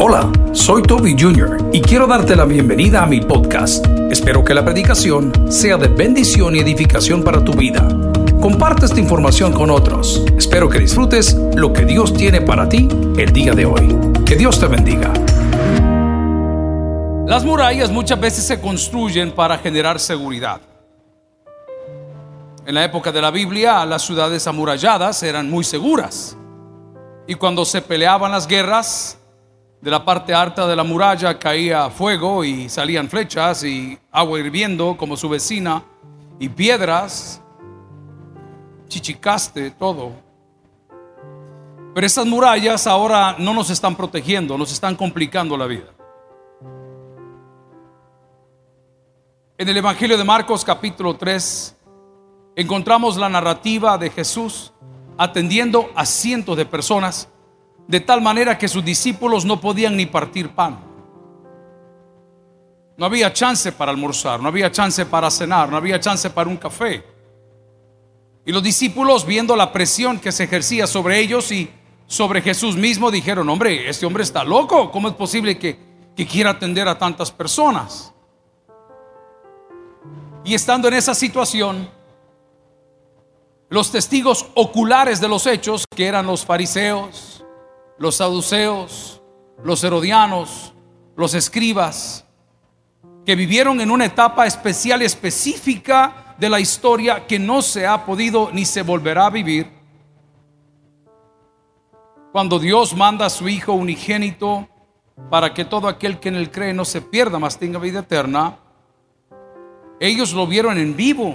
Hola, soy Toby Jr. y quiero darte la bienvenida a mi podcast. Espero que la predicación sea de bendición y edificación para tu vida. Comparte esta información con otros. Espero que disfrutes lo que Dios tiene para ti el día de hoy. Que Dios te bendiga. Las murallas muchas veces se construyen para generar seguridad. En la época de la Biblia, las ciudades amuralladas eran muy seguras. Y cuando se peleaban las guerras, de la parte alta de la muralla caía fuego y salían flechas y agua hirviendo como su vecina y piedras, chichicaste, todo. Pero esas murallas ahora no nos están protegiendo, nos están complicando la vida. En el Evangelio de Marcos capítulo 3 encontramos la narrativa de Jesús atendiendo a cientos de personas, de tal manera que sus discípulos no podían ni partir pan. No había chance para almorzar, no había chance para cenar, no había chance para un café. Y los discípulos, viendo la presión que se ejercía sobre ellos y sobre Jesús mismo, dijeron: hombre, este hombre está loco. ¿Cómo es posible que quiera atender a tantas personas? Y estando en esa situación, los testigos oculares de los hechos, que eran los fariseos, los saduceos, los herodianos, los escribas, que vivieron en una etapa especial y específica de la historia que no se ha podido ni se volverá a vivir, cuando Dios manda a su Hijo unigénito para que todo aquel que en él cree no se pierda, mas tenga vida eterna. Ellos lo vieron en vivo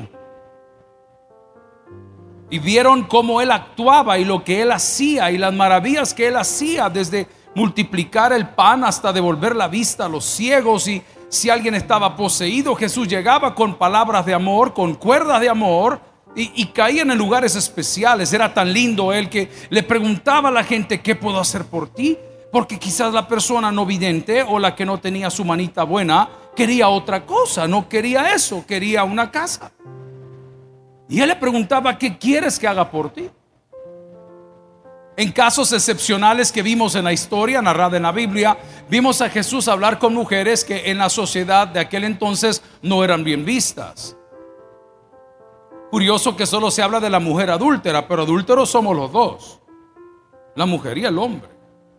y vieron cómo él actuaba y lo que él hacía y las maravillas que él hacía, desde multiplicar el pan hasta devolver la vista a los ciegos. Y si alguien estaba poseído, Jesús llegaba con palabras de amor, con cuerdas de amor, y caían en lugares especiales. Era tan lindo él que le preguntaba a la gente: ¿qué puedo hacer por ti? Porque quizás la persona no vidente o la que no tenía su manita buena quería otra cosa, no quería eso, quería una casa. Y él le preguntaba: ¿qué quieres que haga por ti? En casos excepcionales que vimos en la historia narrada en la Biblia, vimos a Jesús hablar con mujeres que en la sociedad de aquel entonces no eran bien vistas. Curioso que solo se habla de la mujer adúltera, pero adúlteros somos los dos, la mujer y el hombre.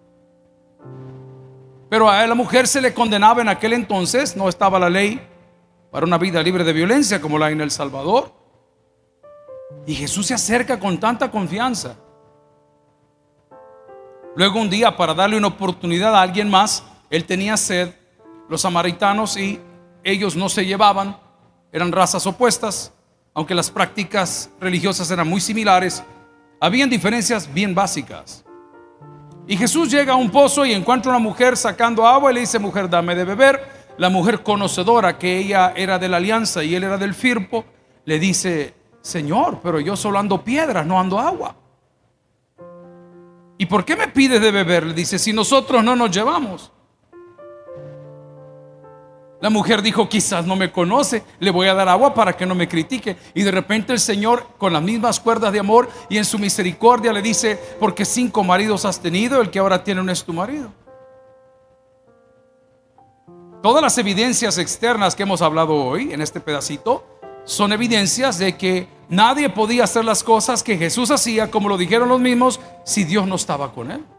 Pero a la mujer se le condenaba en aquel entonces. No estaba la ley para una vida libre de violencia como la hay en El Salvador. Y Jesús se acerca con tanta confianza. Luego un día, para darle una oportunidad a alguien más, él tenía sed. Los samaritanos y ellos no se llevaban, eran razas opuestas, aunque las prácticas religiosas eran muy similares. Habían diferencias bien básicas. Y Jesús llega a un pozo y encuentra una mujer sacando agua y le dice: mujer, dame de beber. La mujer, conocedora que ella era de la alianza y él era del Firpo, le dice: Señor, pero yo solo ando piedras, no ando agua. ¿Y por qué me pides de beber? Le dice: si nosotros no nos llevamos. La mujer dijo: quizás no me conoce, le voy a dar agua para que no me critique. Y de repente el Señor, con las mismas cuerdas de amor y en su misericordia, le dice: porque 5 maridos has tenido, el que ahora tiene no es tu marido. Todas las evidencias externas que hemos hablado hoy en este pedacito son evidencias de que nadie podía hacer las cosas que Jesús hacía, como lo dijeron los mismos, si Dios no estaba con él.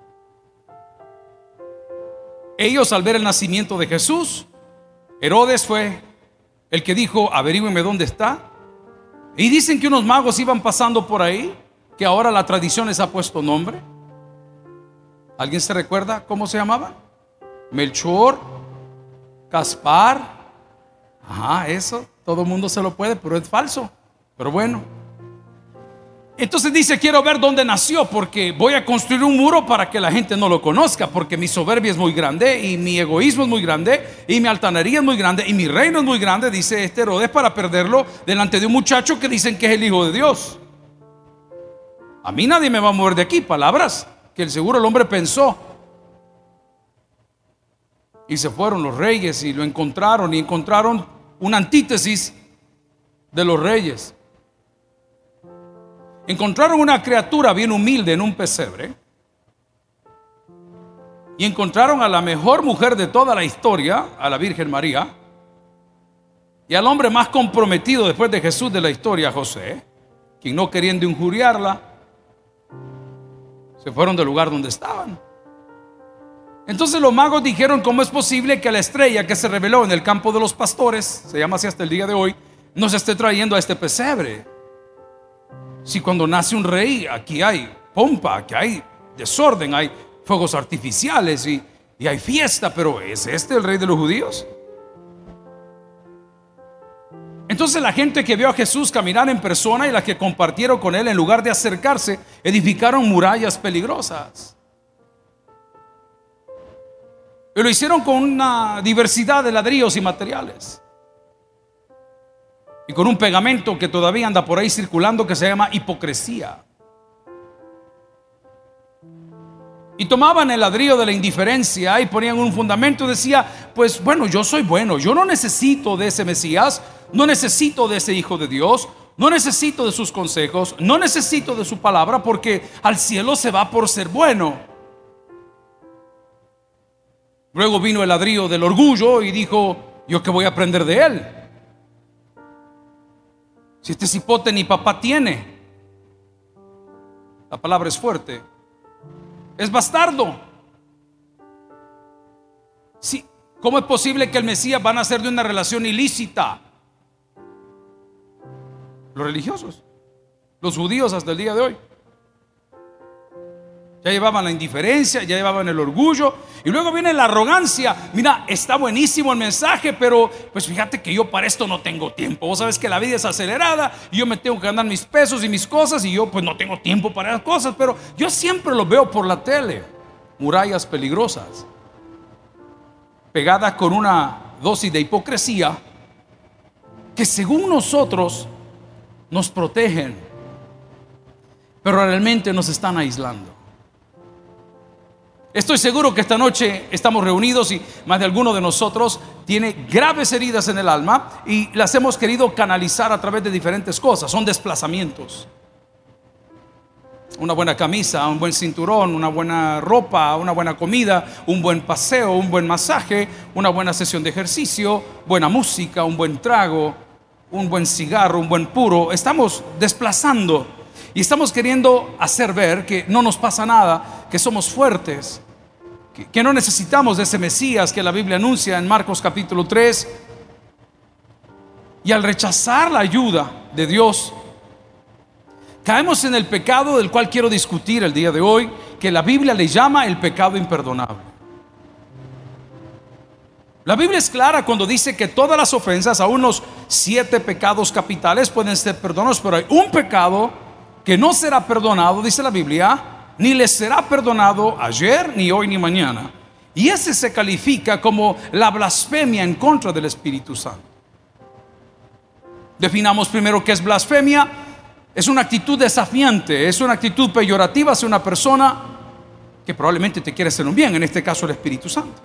Ellos, al ver el nacimiento de Jesús, Herodes fue el que dijo: averígüenme dónde está. Y dicen que unos magos iban pasando por ahí, que ahora la tradición les ha puesto nombre. ¿Alguien se recuerda cómo se llamaban? Melchor, Gaspar. Ajá, eso todo el mundo se lo puede, pero es falso. Pero bueno, entonces dice: quiero ver dónde nació, porque voy a construir un muro para que la gente no lo conozca, porque mi soberbia es muy grande y mi egoísmo es muy grande y mi altanería es muy grande y mi reino es muy grande, dice este Herodes, para perderlo delante de un muchacho que dicen que es el Hijo de Dios. A mí nadie me va a mover de aquí. Palabras que el seguro el hombre pensó. Y se fueron los reyes y lo encontraron, y encontraron una antítesis de los reyes. Encontraron una criatura bien humilde en un pesebre, y encontraron a la mejor mujer de toda la historia, a la Virgen María, y al hombre más comprometido después de Jesús de la historia, José, quien, no queriendo injuriarla, se fueron del lugar donde estaban. Entonces los magos dijeron: ¿cómo es posible que la estrella que se reveló en el campo de los pastores, se llama así hasta el día de hoy, nos esté trayendo a este pesebre? Si cuando nace un rey, aquí hay pompa, aquí hay desorden, hay fuegos artificiales y hay fiesta, pero ¿es este el rey de los judíos? Entonces la gente que vio a Jesús caminar en persona y las que compartieron con él, en lugar de acercarse, edificaron murallas peligrosas. Y lo hicieron con una diversidad de ladrillos y materiales, y con un pegamento que todavía anda por ahí circulando, que se llama hipocresía. Y tomaban el ladrillo de la indiferencia y ponían un fundamento y decía: pues bueno, yo soy bueno, yo no necesito de ese Mesías, no necesito de ese Hijo de Dios, no necesito de sus consejos, no necesito de su palabra, porque al cielo se va por ser bueno. Luego vino el ladrillo del orgullo y dijo: ¿yo qué voy a aprender de él? Si este cipote ni papá tiene. La palabra es fuerte. Es bastardo. Sí, ¿cómo es posible que el Mesías va a nacer de una relación ilícita? Los religiosos, los judíos hasta el día de hoy, ya llevaban la indiferencia, ya llevaban el orgullo, y luego viene la arrogancia. Mira, está buenísimo el mensaje, pero pues fíjate que yo para esto no tengo tiempo. Vos sabes que la vida es acelerada y yo me tengo que ganar mis pesos y mis cosas, y yo pues no tengo tiempo para las cosas, pero yo siempre lo veo por la tele. Murallas peligrosas, pegadas con una dosis de hipocresía, que según nosotros nos protegen, pero realmente nos están aislando. Estoy seguro que esta noche estamos reunidos y más de alguno de nosotros tiene graves heridas en el alma y las hemos querido canalizar a través de diferentes cosas. Son desplazamientos. Una buena camisa, un buen cinturón, una buena ropa, una buena comida, un buen paseo, un buen masaje, una buena sesión de ejercicio, buena música, un buen trago, un buen cigarro, un buen puro. Estamos desplazando y estamos queriendo hacer ver que no nos pasa nada, que somos fuertes, que no necesitamos de ese Mesías que la Biblia anuncia en Marcos capítulo 3. Y al rechazar la ayuda de Dios, caemos en el pecado del cual quiero discutir el día de hoy, que la Biblia le llama el pecado imperdonable. La Biblia es clara cuando dice que todas las ofensas, a unos 7 pecados capitales, pueden ser perdonados, pero hay un pecado que no será perdonado, dice la Biblia, ni le será perdonado ayer, ni hoy, ni mañana. Y ese se califica como la blasfemia en contra del Espíritu Santo. Definamos primero qué es blasfemia. Es una actitud desafiante, es una actitud peyorativa hacia una persona que probablemente te quiere hacer un bien, en este caso el Espíritu Santo.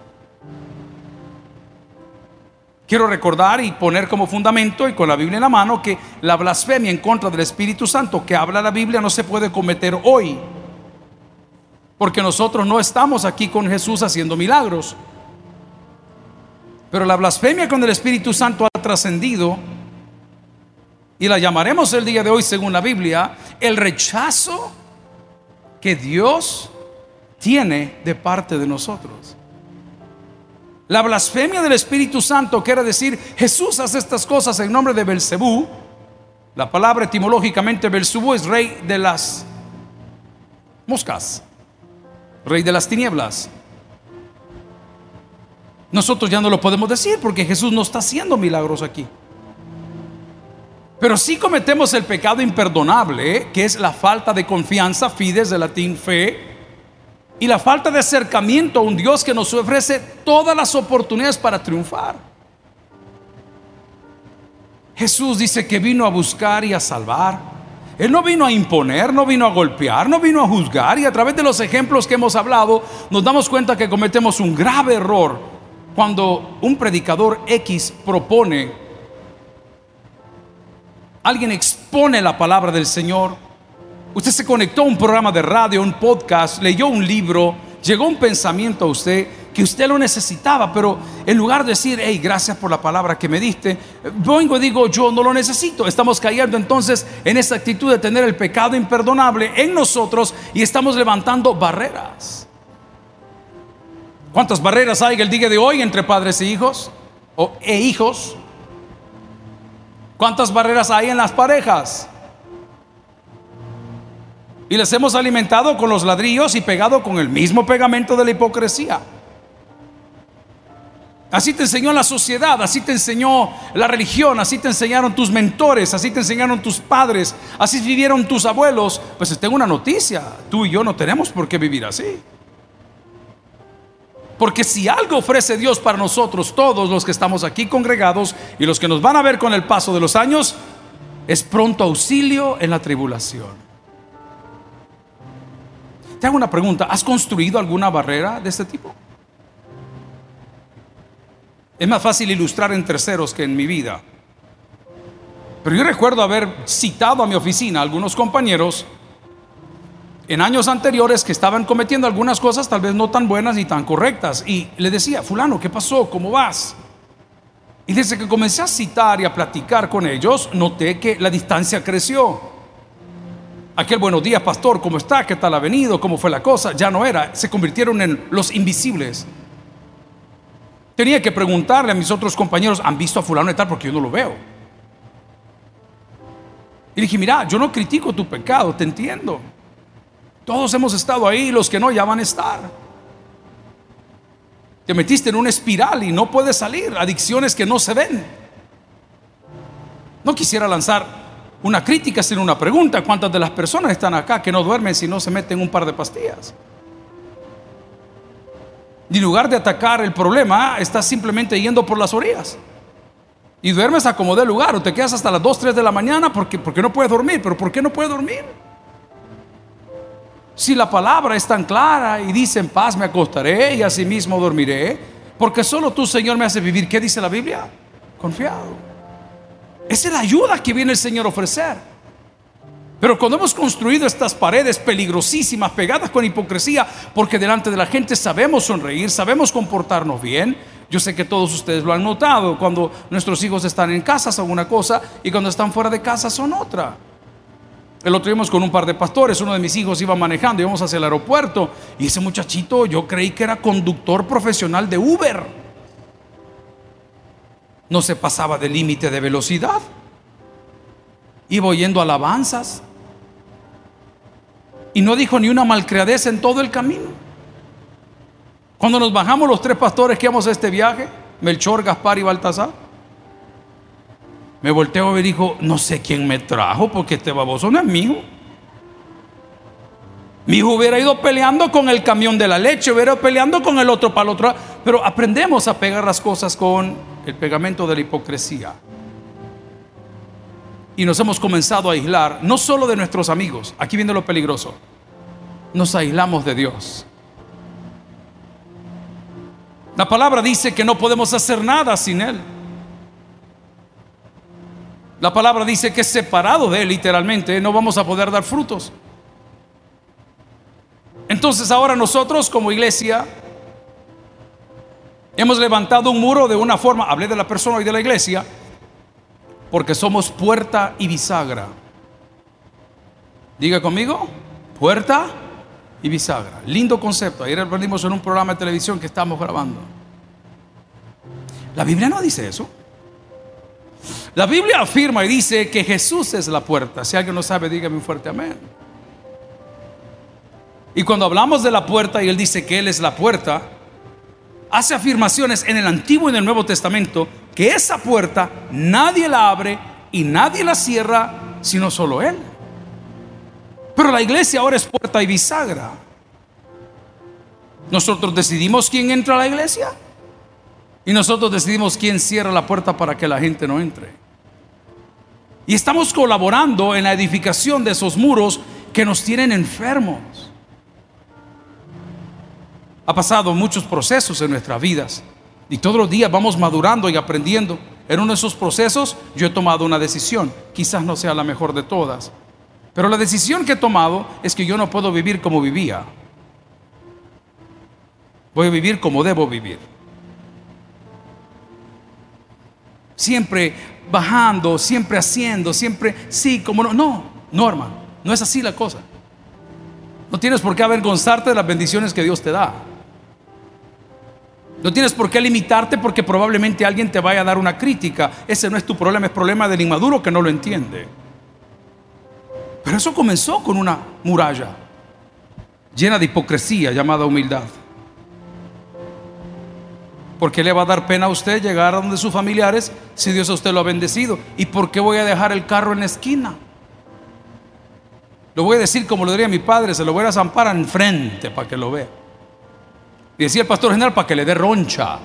Quiero recordar y poner como fundamento y con la Biblia en la mano que la blasfemia en contra del Espíritu Santo que habla la Biblia no se puede cometer hoy, porque nosotros no estamos aquí con Jesús haciendo milagros. Pero la blasfemia con el Espíritu Santo ha trascendido y la llamaremos el día de hoy, según la Biblia, el rechazo que Dios tiene de parte de nosotros. La blasfemia del Espíritu Santo quiere decir: Jesús hace estas cosas en nombre de Belcebú. La palabra etimológicamente Belcebú es rey de las moscas, rey de las tinieblas. Nosotros ya no lo podemos decir porque Jesús no está haciendo milagros aquí. Pero sí cometemos el pecado imperdonable, que es la falta de confianza, fides de latín fe, y la falta de acercamiento a un Dios que nos ofrece todas las oportunidades para triunfar. Jesús dice que vino a buscar y a salvar. Él no vino a imponer, no vino a golpear, no vino a juzgar. Y a través de los ejemplos que hemos hablado, nos damos cuenta que cometemos un grave error cuando un predicador X propone, alguien expone la palabra del Señor. Usted se conectó a un programa de radio, un podcast, leyó un libro, Llegó un pensamiento a usted que usted lo necesitaba, pero en lugar de decir, hey, gracias por la palabra que me diste, vengo y digo, yo no lo necesito. Estamos cayendo entonces en esa actitud de tener el pecado imperdonable en nosotros y estamos levantando barreras. ¿Cuántas barreras hay el día de hoy entre padres e hijos? E hijos. ¿Cuántas barreras hay en las parejas? Y les hemos alimentado con los ladrillos y pegado con el mismo pegamento de la hipocresía. Así te enseñó la sociedad, así te enseñó la religión, así te enseñaron tus mentores, así te enseñaron tus padres, así vivieron tus abuelos. Pues tengo una noticia, tú y yo no tenemos por qué vivir así. Porque si algo ofrece Dios para nosotros, todos los que estamos aquí congregados y los que nos van a ver con el paso de los años, es pronto auxilio en la tribulación. Te hago una pregunta, ¿has construido alguna barrera de este tipo? Es más fácil ilustrar en terceros que en mi vida. Pero yo recuerdo haber citado a mi oficina a algunos compañeros en años anteriores que estaban cometiendo algunas cosas tal vez no tan buenas ni tan correctas. Y le decía, fulano, ¿qué pasó? ¿Cómo vas? Y desde que comencé a citar y a platicar con ellos, noté que la distancia creció. Aquel buenos días, pastor, ¿cómo está? ¿Qué tal ha venido? ¿Cómo fue la cosa? Ya no era, se convirtieron en los invisibles. Tenía que preguntarle a mis otros compañeros, ¿han visto a fulano y tal? Porque yo no lo veo. Y dije, mira, yo no critico tu pecado, te entiendo. Todos hemos estado ahí, los que no ya van a estar. Te metiste en una espiral y no puedes salir, adicciones que no se ven. No quisiera lanzar una crítica sin una pregunta. ¿Cuántas de las personas están acá que no duermen si no se meten un par de pastillas? Y en lugar de atacar el problema, estás simplemente yendo por las orillas y duermes a como dé lugar, o te quedas hasta las 2, 3 de la mañana porque no puedes dormir. ¿Pero por qué no puedes dormir? Si la palabra es tan clara y dice, en paz me acostaré y asimismo dormiré, porque solo tú, Señor, me haces vivir. ¿Qué dice la Biblia? Confiado. Esa es la ayuda que viene el Señor a ofrecer. Pero cuando hemos construido estas paredes peligrosísimas, pegadas con hipocresía, porque delante de la gente sabemos sonreír, sabemos comportarnos bien. Yo sé que todos ustedes lo han notado. Cuando nuestros hijos están en casa son una cosa y cuando están fuera de casa son otra. El otro día íbamos con un par de pastores. Uno de mis hijos iba manejando, íbamos hacia el aeropuerto, y ese muchachito yo creí que era conductor profesional de Uber. No se pasaba del límite de velocidad, iba oyendo alabanzas y no dijo ni una malcriadez en todo el camino. Cuando nos bajamos los 3 pastores que íbamos a este viaje, Melchor, Gaspar y Baltasar, me volteo a ver y dijo, no sé quién me trajo, porque este baboso no es mi hijo. Mi hijo hubiera ido peleando con el camión de la leche, hubiera ido peleando con el otro para el otro. Pero aprendemos a pegar las cosas con el pegamento de la hipocresía. Y nos hemos comenzado a aislar, no solo de nuestros amigos. Aquí viene lo peligroso. Nos aislamos de Dios. La palabra dice que no podemos hacer nada sin Él. La palabra dice que separado de Él, literalmente, no vamos a poder dar frutos. Entonces ahora nosotros como iglesia hemos levantado un muro de una forma. Hablé de la persona y de la iglesia porque somos puerta y bisagra. Diga conmigo, puerta y bisagra. Lindo concepto. Ayer aprendimos en un programa de televisión que estamos grabando. La Biblia no dice eso. La Biblia afirma y dice que Jesús es la puerta. Si alguien no sabe, dígame un fuerte amén. Y cuando hablamos de la puerta y Él dice que Él es la puerta, hace afirmaciones en el Antiguo y en el Nuevo Testamento que esa puerta nadie la abre y nadie la cierra sino solo Él. Pero la iglesia ahora es puerta y bisagra. Nosotros decidimos quién entra a la iglesia y nosotros decidimos quién cierra la puerta para que la gente no entre. Y estamos colaborando en la edificación de esos muros que nos tienen enfermos. Ha pasado muchos procesos en nuestras vidas y todos los días vamos madurando y aprendiendo. En uno de esos procesos yo he tomado una decisión, quizás no sea la mejor de todas, pero la decisión que he tomado es que yo no puedo vivir como vivía. Voy a vivir como debo vivir. Siempre bajando, siempre haciendo, siempre sí, como no. No, hermano, no es así la cosa. No tienes por qué avergonzarte de las bendiciones que Dios te da. No tienes por qué limitarte porque probablemente alguien te vaya a dar una crítica. Ese no es tu problema, es problema del inmaduro que no lo entiende. Pero eso comenzó con una muralla llena de hipocresía llamada humildad. ¿Por qué le va a dar pena a usted llegar a donde sus familiares si Dios a usted lo ha bendecido? ¿Y por qué voy a dejar el carro en la esquina? Lo voy a decir como lo diría mi padre, se lo voy a zampar enfrente para que lo vea. Y decía el pastor general, para que le dé roncha.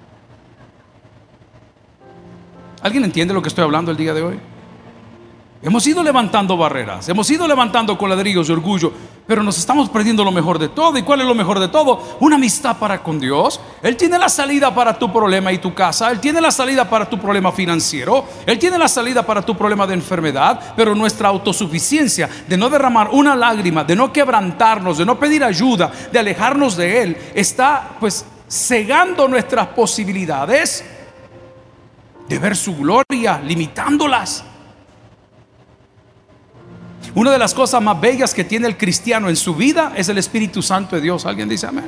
¿Alguien entiende lo que estoy hablando el día de hoy? Hemos ido levantando barreras, hemos ido levantando coladrillos de orgullo, pero nos estamos perdiendo lo mejor de todo. ¿Y cuál es lo mejor de todo? Una amistad para con Dios. Él tiene la salida para tu problema y tu casa. Él tiene la salida para tu problema financiero. Él tiene la salida para tu problema de enfermedad. Pero nuestra autosuficiencia de no derramar una lágrima, de no quebrantarnos, de no pedir ayuda, de alejarnos de Él, está pues cegando nuestras posibilidades de ver su gloria, limitándolas. Una de las cosas más bellas que tiene el cristiano en su vida es el Espíritu Santo de Dios. ¿Alguien dice amén?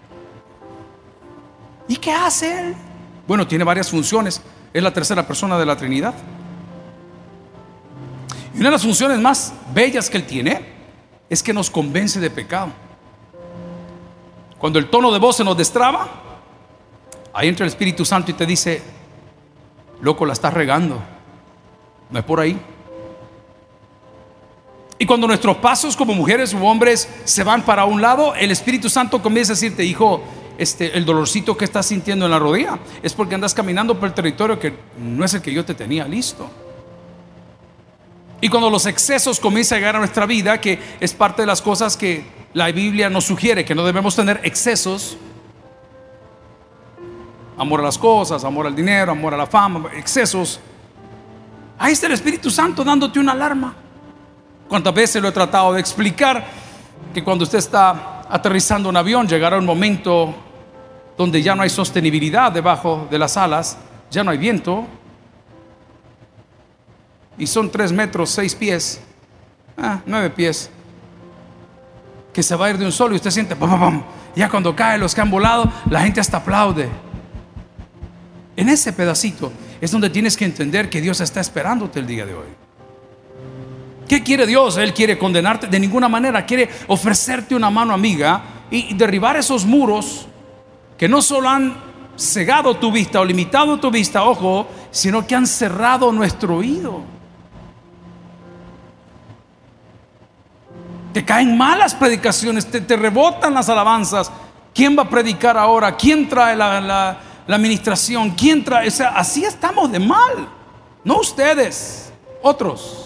¿Y qué hace Él? Bueno, tiene varias funciones. Es la tercera persona de la Trinidad. Y una de las funciones más bellas que Él tiene es que nos convence de pecado. Cuando el tono de voz se nos destraba, ahí entra el Espíritu Santo y te dice: loco, la estás regando, no es por ahí. Y cuando nuestros pasos como mujeres u hombres se van para un lado, el Espíritu Santo comienza a decirte: hijo, el dolorcito que estás sintiendo en la rodilla es porque andas caminando por el territorio que no es el que yo te tenía listo. Y cuando los excesos comienzan a llegar a nuestra vida, que es parte de las cosas que la Biblia nos sugiere, que no debemos tener excesos: amor a las cosas, amor al dinero, amor a la fama, excesos. Ahí está el Espíritu Santo dándote una alarma. ¿Cuántas veces lo he tratado de explicar? Que cuando usted está aterrizando un avión, llegará un momento donde ya no hay sostenibilidad debajo de las alas, ya no hay viento, y son 3 metros, 6 pies, 9 pies, que se va a ir de un solo, y usted siente pam, pam, pam. Ya cuando caen los que han volado, la gente hasta aplaude. En ese pedacito es donde tienes que entender que Dios está esperándote el día de hoy. ¿Qué quiere Dios? Él quiere condenarte de ninguna manera. Quiere ofrecerte una mano amiga y derribar esos muros que no solo han cegado tu vista o limitado tu vista, ojo, sino que han cerrado nuestro oído. Te caen malas predicaciones, te rebotan las alabanzas. ¿Quién va a predicar ahora? ¿Quién trae la administración? ¿Quién trae? O sea, así estamos de mal. No ustedes, otros.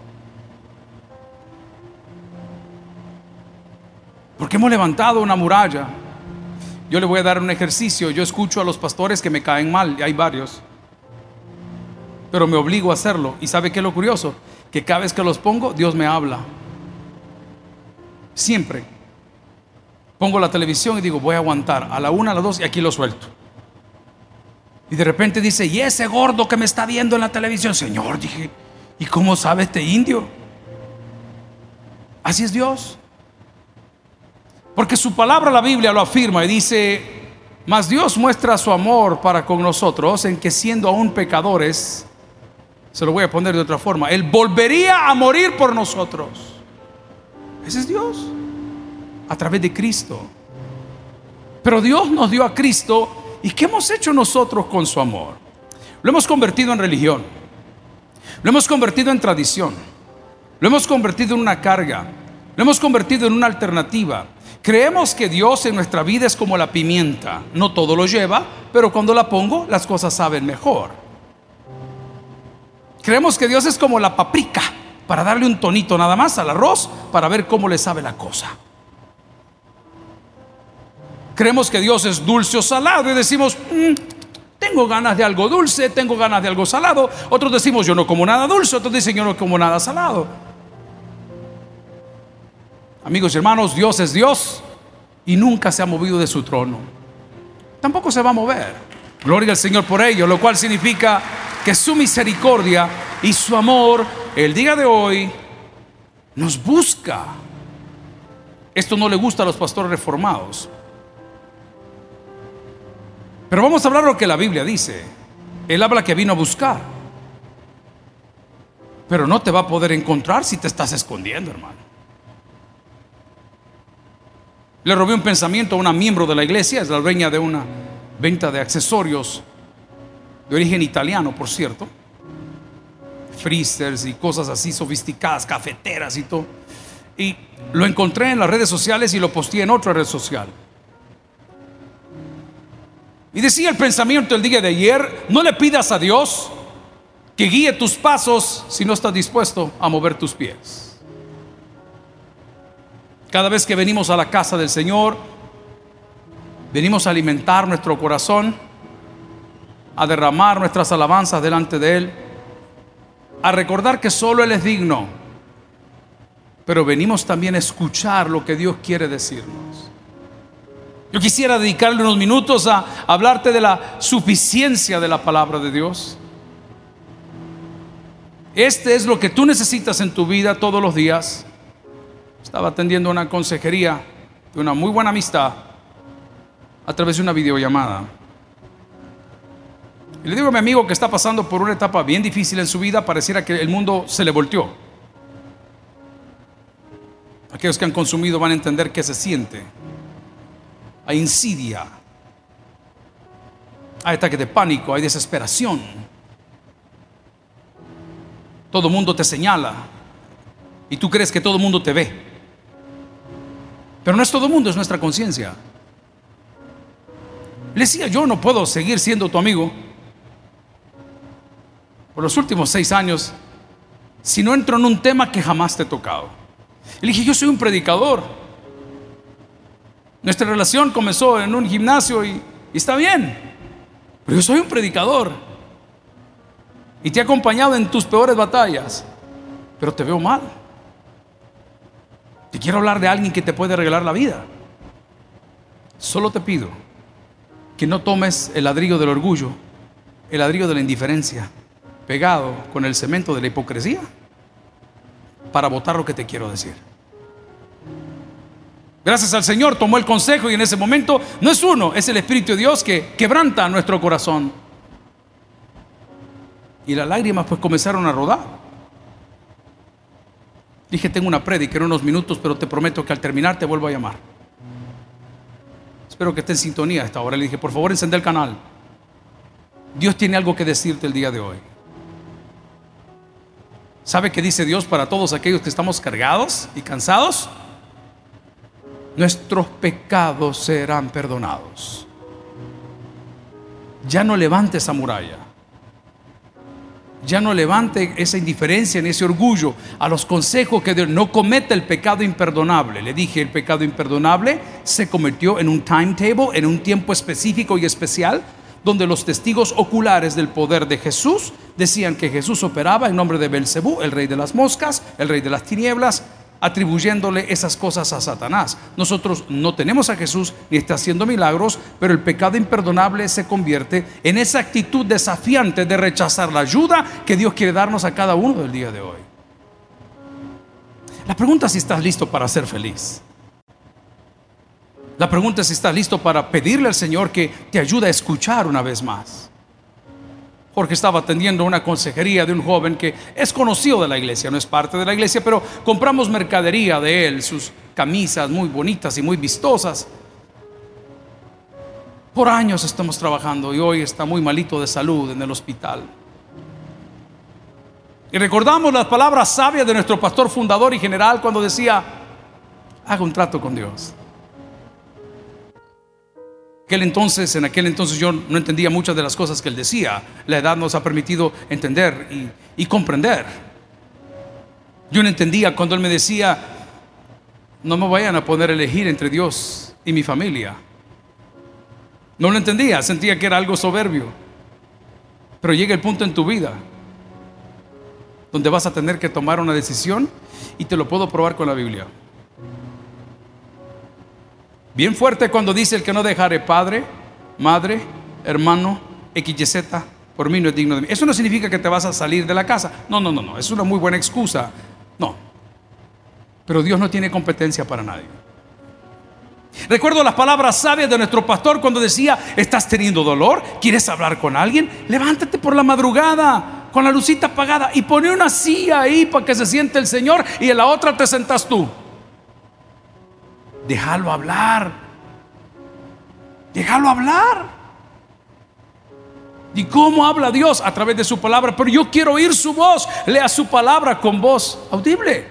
Porque hemos levantado una muralla. Yo le voy a dar un ejercicio. Yo escucho a los pastores que me caen mal, y hay varios, pero me obligo a hacerlo. ¿Y sabe qué es lo curioso? Que cada vez que los pongo, Dios me habla. Siempre pongo la televisión y digo: voy a aguantar a la 1, a la 2, y aquí lo suelto. Y de repente dice: y ese gordo que me está viendo en la televisión. Señor, dije, ¿y cómo sabe este indio? Así es Dios. Porque su palabra, la Biblia, lo afirma y dice: mas Dios muestra su amor para con nosotros en que, siendo aún pecadores, se lo voy a poner de otra forma, Él volvería a morir por nosotros. Ese es Dios, a través de Cristo. Pero Dios nos dio a Cristo. ¿Y qué hemos hecho nosotros con su amor? Lo hemos convertido en religión, lo hemos convertido en tradición, lo hemos convertido en una carga, lo hemos convertido en una alternativa. Creemos que Dios en nuestra vida es como la pimienta. No todo lo lleva, pero cuando la pongo, las cosas saben mejor. Creemos que Dios es como la paprika, para darle un tonito nada más al arroz, para ver cómo le sabe la cosa. Creemos que Dios es dulce o salado y decimos: tengo ganas de algo dulce, tengo ganas de algo salado. Otros decimos: yo no como nada dulce. Otros dicen: yo no como nada salado. Amigos y hermanos, Dios es Dios y nunca se ha movido de su trono. tampoco se va a mover. Gloria al Señor por ello, lo cual significa que su misericordia y su amor el día de hoy nos busca. Esto no le gusta a los pastores reformados, pero vamos a hablar lo que la Biblia dice. Él habla que vino a buscar, pero no te va a poder encontrar si te estás escondiendo, hermano. Le robé un pensamiento a una miembro de la iglesia, es la dueña de una venta de accesorios de origen italiano, por cierto, freezers y cosas así sofisticadas, cafeteras y todo. Y lo encontré en las redes sociales y lo posteé en otra red social. Y decía el pensamiento el día de ayer: no le pidas a Dios que guíe tus pasos si no estás dispuesto a mover tus pies. Cada vez que venimos a la casa del Señor, venimos a alimentar nuestro corazón, a derramar nuestras alabanzas delante de Él, a recordar que solo Él es digno, pero venimos también a escuchar lo que Dios quiere decirnos. Yo quisiera dedicarle unos minutos a hablarte de la suficiencia de la palabra de Dios. Este es lo que tú necesitas en tu vida todos los días. Estaba atendiendo una consejería de una muy buena amistad a través de una videollamada. Y le digo a mi amigo que está pasando por una etapa bien difícil en su vida. Pareciera que el mundo se le volteó. Aquellos que han consumido van a entender qué se siente. Hay insidia, hay ataque de pánico, hay desesperación. Todo el mundo te señala y tú crees que todo el mundo te ve, pero no es todo el mundo, es nuestra conciencia. Le decía: yo no puedo seguir siendo tu amigo por los últimos 6 años si no entro en un tema que jamás te he tocado. Le dije: yo soy un predicador. Nuestra relación comenzó en un gimnasio y está bien, pero yo soy un predicador y te he acompañado en tus peores batallas, pero te veo mal. Te quiero hablar de alguien que te puede regalar la vida. Solo te pido que no tomes el ladrillo del orgullo, el ladrillo de la indiferencia, pegado con el cemento de la hipocresía, para botar lo que te quiero decir. Gracias al Señor tomó el consejo, y en ese momento no es uno, es el Espíritu de Dios que quebranta nuestro corazón. Y las lágrimas pues comenzaron a rodar. Dije: tengo una prédica en unos minutos, pero te prometo que al terminar te vuelvo a llamar. Espero que esté en sintonía a esta hora. Le dije: por favor, encende el canal. Dios tiene algo que decirte el día de hoy. ¿Sabe qué dice Dios para todos aquellos que estamos cargados y cansados? Nuestros pecados serán perdonados. Ya no levante esa muralla. Ya no levante esa indiferencia ni ese orgullo a los consejos que Dios. No cometa el pecado imperdonable. Le dije: el pecado imperdonable se convirtió en un timetable, en un tiempo específico y especial, donde los testigos oculares del poder de Jesús decían que Jesús operaba en nombre de Belcebú, el rey de las moscas, el rey de las tinieblas, atribuyéndole esas cosas a Satanás. Nosotros no tenemos a Jesús ni está haciendo milagros, pero el pecado imperdonable se convierte en esa actitud desafiante de rechazar la ayuda que Dios quiere darnos a cada uno del día de hoy. La pregunta es si estás listo para ser feliz. La pregunta es si estás listo para pedirle al Señor que te ayude a escuchar una vez más. Jorge estaba atendiendo una consejería de un joven que es conocido de la iglesia, no es parte de la iglesia, pero compramos mercadería de él, sus camisas muy bonitas y muy vistosas. Por años estamos trabajando y hoy está muy malito de salud en el hospital. Y recordamos las palabras sabias de nuestro pastor fundador y general cuando decía: haga un trato con Dios. En aquel entonces yo no entendía muchas de las cosas que él decía. La edad nos ha permitido entender y comprender. Yo no entendía cuando él me decía: no me vayan a poner a elegir entre Dios y mi familia. No lo entendía, sentía que era algo soberbio. Pero llega el punto en tu vida donde vas a tener que tomar una decisión, y te lo puedo probar con la Biblia. Bien fuerte cuando dice: el que no dejare padre, madre, hermano, XYZ, por mí no es digno de mí. Eso no significa que te vas a salir de la casa. No, es una muy buena excusa. No, pero Dios no tiene competencia para nadie. Recuerdo las palabras sabias de nuestro pastor cuando decía: ¿estás teniendo dolor? ¿Quieres hablar con alguien? Levántate por la madrugada con la lucita apagada y pone una silla ahí para que se siente el Señor, y en la otra te sentas tú. Déjalo hablar. Déjalo hablar. ¿Y cómo habla Dios? A través de su palabra. Pero yo quiero oír su voz. Lea su palabra con voz audible.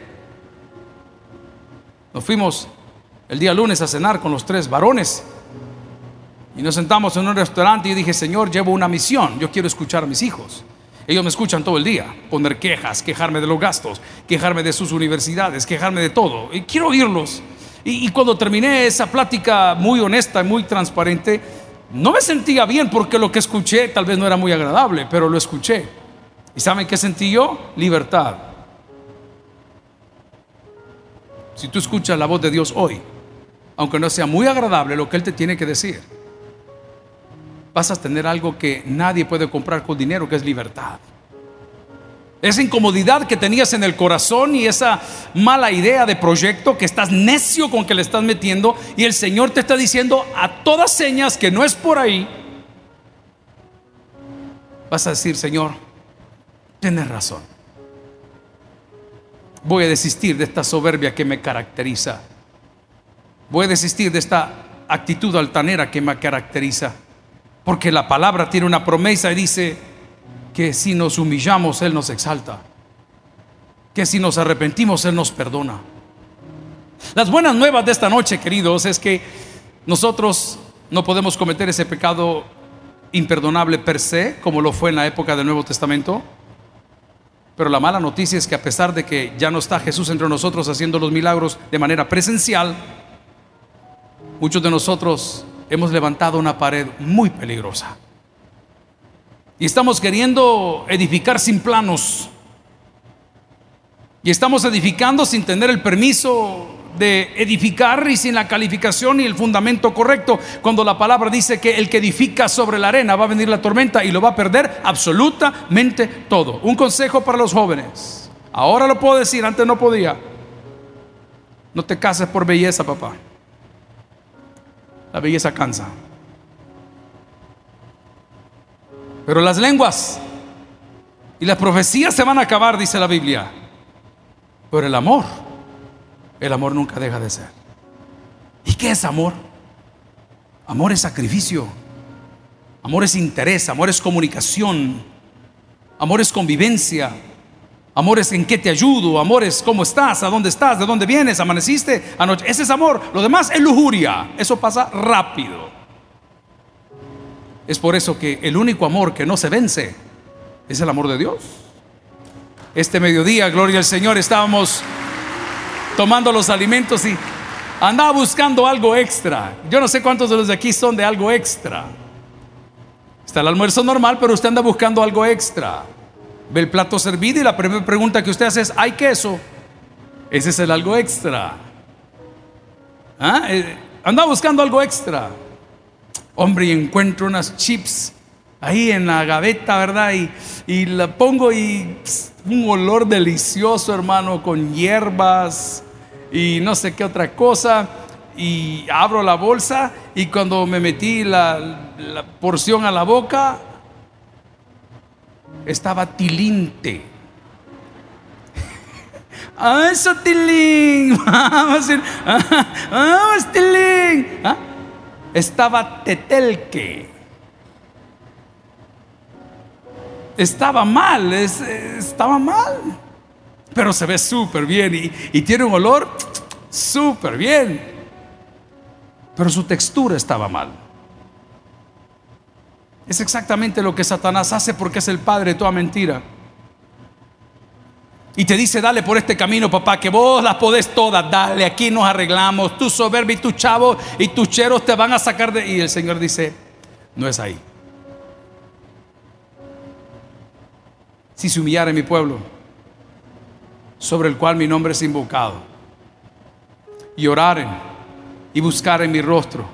Nos fuimos el día lunes a cenar con los 3 varones y nos sentamos en un restaurante y dije: Señor, llevo una misión. Yo quiero escuchar a mis hijos. Ellos me escuchan todo el día, poner quejas, quejarme de los gastos, quejarme de sus universidades, quejarme de todo, y quiero oírlos. Y cuando terminé esa plática muy honesta y muy transparente, no me sentía bien, porque lo que escuché tal vez no era muy agradable, pero lo escuché. ¿Y saben qué sentí yo? Libertad. Si tú escuchas la voz de Dios hoy, aunque no sea muy agradable lo que Él te tiene que decir, vas a tener algo que nadie puede comprar con dinero, que es libertad. Esa incomodidad que tenías en el corazón y esa mala idea de proyecto que estás necio con que le estás metiendo, y el Señor te está diciendo a todas señas que no es por ahí, vas a decir: Señor, tienes razón. Voy a desistir de esta soberbia que me caracteriza. Voy a desistir de esta actitud altanera que me caracteriza, porque la palabra tiene una promesa y dice que si nos humillamos, Él nos exalta, que si nos arrepentimos, Él nos perdona. Las buenas nuevas de esta noche, queridos, es que nosotros no podemos cometer ese pecado imperdonable per se, como lo fue en la época del Nuevo Testamento. Pero la mala noticia es que, a pesar de que ya no está Jesús entre nosotros haciendo los milagros de manera presencial, muchos de nosotros hemos levantado una pared muy peligrosa y estamos queriendo edificar sin planos, y estamos edificando sin tener el permiso de edificar y sin la calificación y el fundamento correcto, cuando la palabra dice que el que edifica sobre la arena va a venir la tormenta y lo va a perder absolutamente todo. Un consejo para los jóvenes, ahora lo puedo decir, antes no podía: no te cases por belleza, papá. La belleza cansa. Pero las lenguas y las profecías se van a acabar, dice la Biblia. Pero el amor nunca deja de ser. ¿Y qué es amor? Amor es sacrificio. Amor es interés. Amor es comunicación. Amor es convivencia. Amor es en qué te ayudo. Amor es cómo estás, a dónde estás, de dónde vienes, amaneciste anoche. Ese es amor. Lo demás es lujuria. Eso pasa rápido. Es por eso que el único amor que no se vence es el amor de Dios. Este mediodía, gloria al Señor, estábamos tomando los alimentos y andaba buscando algo extra. Yo no sé cuántos de los de aquí son de algo extra. Está el almuerzo normal, pero usted anda buscando algo extra. Ve el plato servido y la primera pregunta que usted hace es: ¿hay queso? Ese es el algo extra. Anda buscando algo extra. Hombre, y encuentro unas chips ahí en la gaveta, ¿verdad? Y la pongo y un olor delicioso, hermano, con hierbas y no sé qué otra cosa. Y abro la bolsa y cuando me metí la porción a la boca, estaba tilinte. Eso, tilín. Vamos, tilín. Estaba tetelque. Estaba mal, estaba mal, pero se ve súper bien y tiene un olor súper bien, pero su textura estaba mal. Es exactamente lo que Satanás hace, porque es el padre de toda mentira. Y te dice: dale por este camino, papá, que vos las podés todas, dale, aquí nos arreglamos. Tu soberbia y tu chavo y tus cheros te van a sacar de... Y el Señor dice: no es ahí. Si se humillara mi pueblo, sobre el cual mi nombre es invocado, y oraren y buscaren mi rostro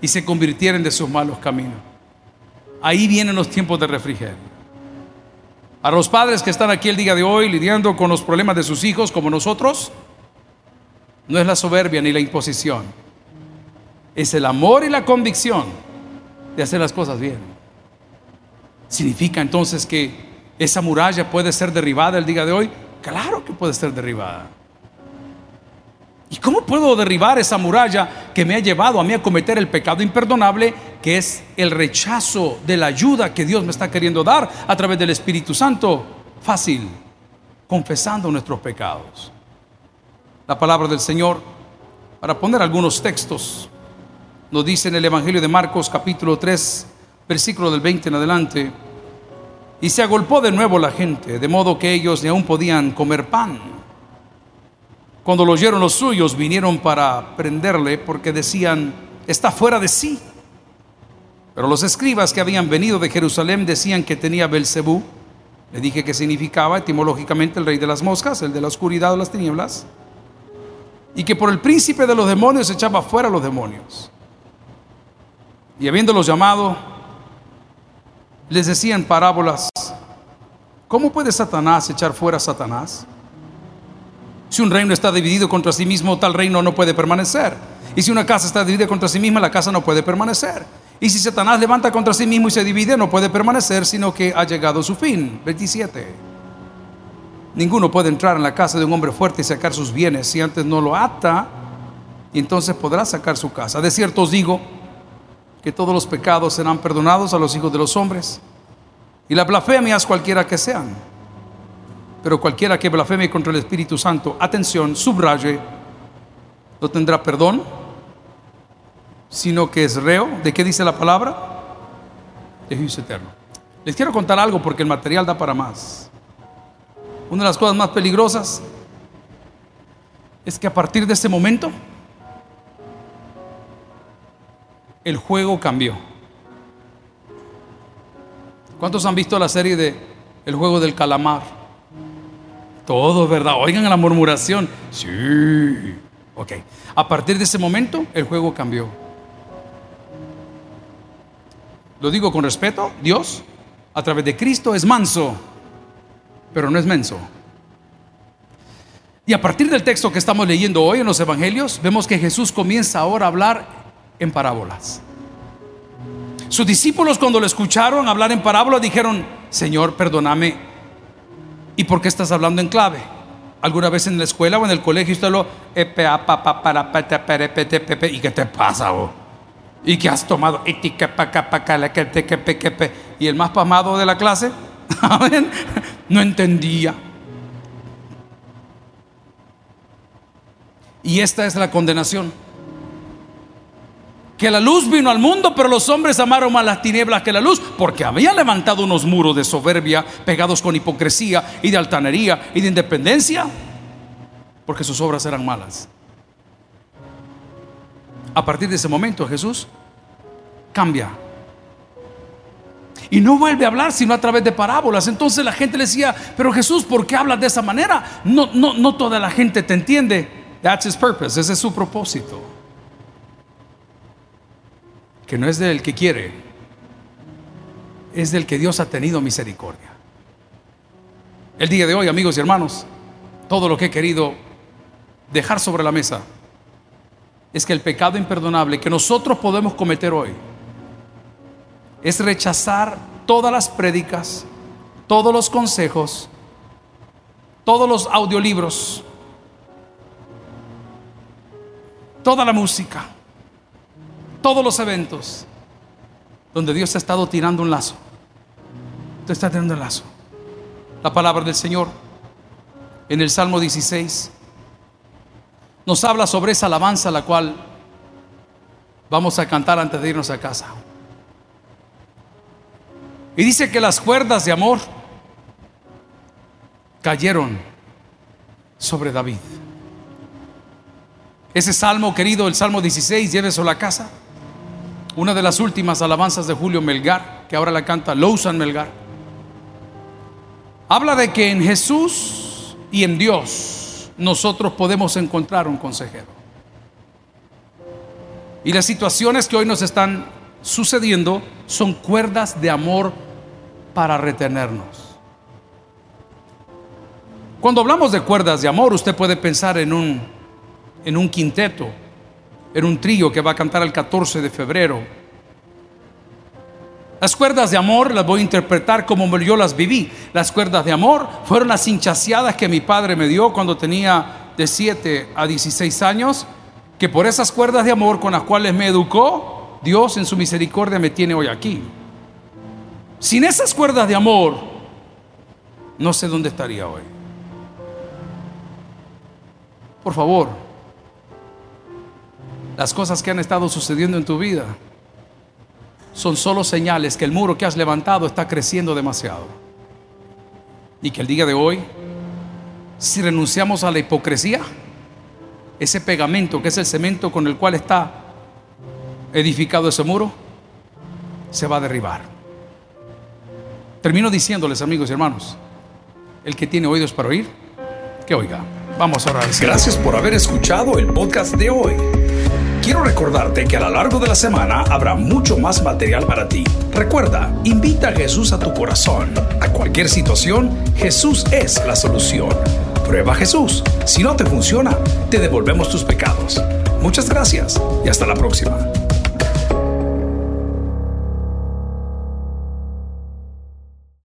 y se convirtieren de sus malos caminos. Ahí vienen los tiempos de refrigerio. A los padres que están aquí el día de hoy lidiando con los problemas de sus hijos como nosotros, no es la soberbia ni la imposición, es el amor y la convicción de hacer las cosas bien. ¿Significa entonces que esa muralla puede ser derribada el día de hoy? Claro que puede ser derribada. ¿Y cómo puedo derribar esa muralla que me ha llevado a mí a cometer el pecado imperdonable, que es el rechazo de la ayuda que Dios me está queriendo dar a través del Espíritu Santo? Fácil, confesando nuestros pecados. La palabra del Señor, para poner algunos textos, nos dice en el Evangelio de Marcos capítulo 3, versículo del 20 en adelante: y se agolpó de nuevo la gente, de modo que ellos ni aún podían comer pan. Cuando lo oyeron los suyos, vinieron para prenderle, porque decían: está fuera de sí. Pero los escribas que habían venido de Jerusalén decían que tenía Belcebú. Le dije que significaba etimológicamente el rey de las moscas, el de la oscuridad o las tinieblas, y que por el príncipe de los demonios echaba fuera a los demonios. Y habiéndolos llamado, les decían parábolas: ¿cómo puede Satanás echar fuera a Satanás? Si un reino está dividido contra sí mismo, tal reino no puede permanecer. Y si una casa está dividida contra sí misma, la casa no puede permanecer. Y si Satanás levanta contra sí mismo y se divide, no puede permanecer, sino que ha llegado su fin. 27. Ninguno puede entrar en la casa de un hombre fuerte y sacar sus bienes si antes no lo ata, y entonces podrá sacar su casa. De cierto os digo que todos los pecados serán perdonados a los hijos de los hombres, y las blasfemias cualquiera que sean. Pero cualquiera que blasfeme contra el Espíritu Santo, atención, subraye, no tendrá perdón, sino que es reo. ¿De qué dice la palabra? De juicio eterno. Les quiero contar algo porque el material da para más. Una de las cosas más peligrosas es que a partir de ese momento el juego cambió. ¿Cuántos han visto la serie de El juego del calamar? Todo, ¿verdad? Oigan la murmuración. Sí. Ok. A partir de ese momento el juego cambió. Lo digo con respeto. Dios, a través de Cristo, es manso, pero no es menso. Y a partir del texto que estamos leyendo hoy en los evangelios, vemos que Jesús comienza ahora a hablar en parábolas. Sus discípulos, cuando lo escucharon hablar en parábolas, dijeron: Señor, perdóname, ¿y por qué estás hablando en clave? ¿Alguna vez en la escuela o en el colegio usted lo ¿y qué te pasa? ¿Y qué has tomado? Y el más pasmado de la clase no entendía. Y esta es la condenación: que la luz vino al mundo, pero los hombres amaron más las tinieblas que la luz, porque habían levantado unos muros de soberbia, pegados con hipocresía y de altanería y de independencia, porque sus obras eran malas. A partir de ese momento Jesús cambia y no vuelve a hablar sino a través de parábolas. Entonces la gente le decía: pero Jesús, ¿por qué hablas de esa manera? No toda la gente te entiende. That's his purpose. Ese es su propósito, que no es del que quiere, es del que Dios ha tenido misericordia. El día de hoy, amigos y hermanos, todo lo que he querido dejar sobre la mesa es que el pecado imperdonable que nosotros podemos cometer hoy es rechazar todas las prédicas, todos los consejos, todos los audiolibros, toda la música, todos los eventos donde Dios ha estado tirando un lazo. Te está tirando el lazo. La palabra del Señor en el Salmo 16 nos habla sobre esa alabanza, la cual vamos a cantar antes de irnos a casa. Y dice que las cuerdas de amor cayeron sobre David. Ese salmo, querido, el Salmo 16, lléveselo a casa. Una de las últimas alabanzas de Julio Melgar, que ahora la canta Lousan Melgar, habla de que en Jesús y en Dios nosotros podemos encontrar un consejero. Y las situaciones que hoy nos están sucediendo son cuerdas de amor para retenernos. Cuando hablamos de cuerdas de amor, usted puede pensar en un quinteto, en un trío que va a cantar el 14 de febrero. Las cuerdas de amor las voy a interpretar como yo las viví. Las cuerdas de amor fueron las hinchaseadas que mi padre me dio cuando tenía de 7 a 16 años, que por esas cuerdas de amor con las cuales me educó, Dios en su misericordia me tiene hoy aquí. Sin esas cuerdas de amor, no sé dónde estaría hoy. Por favor, las cosas que han estado sucediendo en tu vida son solo señales que el muro que has levantado está creciendo demasiado. Y que el día de hoy, si renunciamos a la hipocresía, ese pegamento que es el cemento con el cual está edificado ese muro, se va a derribar. Termino diciéndoles, amigos y hermanos, el que tiene oídos para oír, que oiga. Vamos a orar. Gracias por haber escuchado el podcast de hoy. Quiero recordarte que a lo largo de la semana habrá mucho más material para ti. Recuerda, invita a Jesús a tu corazón. A cualquier situación, Jesús es la solución. Prueba a Jesús. Si no te funciona, te devolvemos tus pecados. Muchas gracias y hasta la próxima.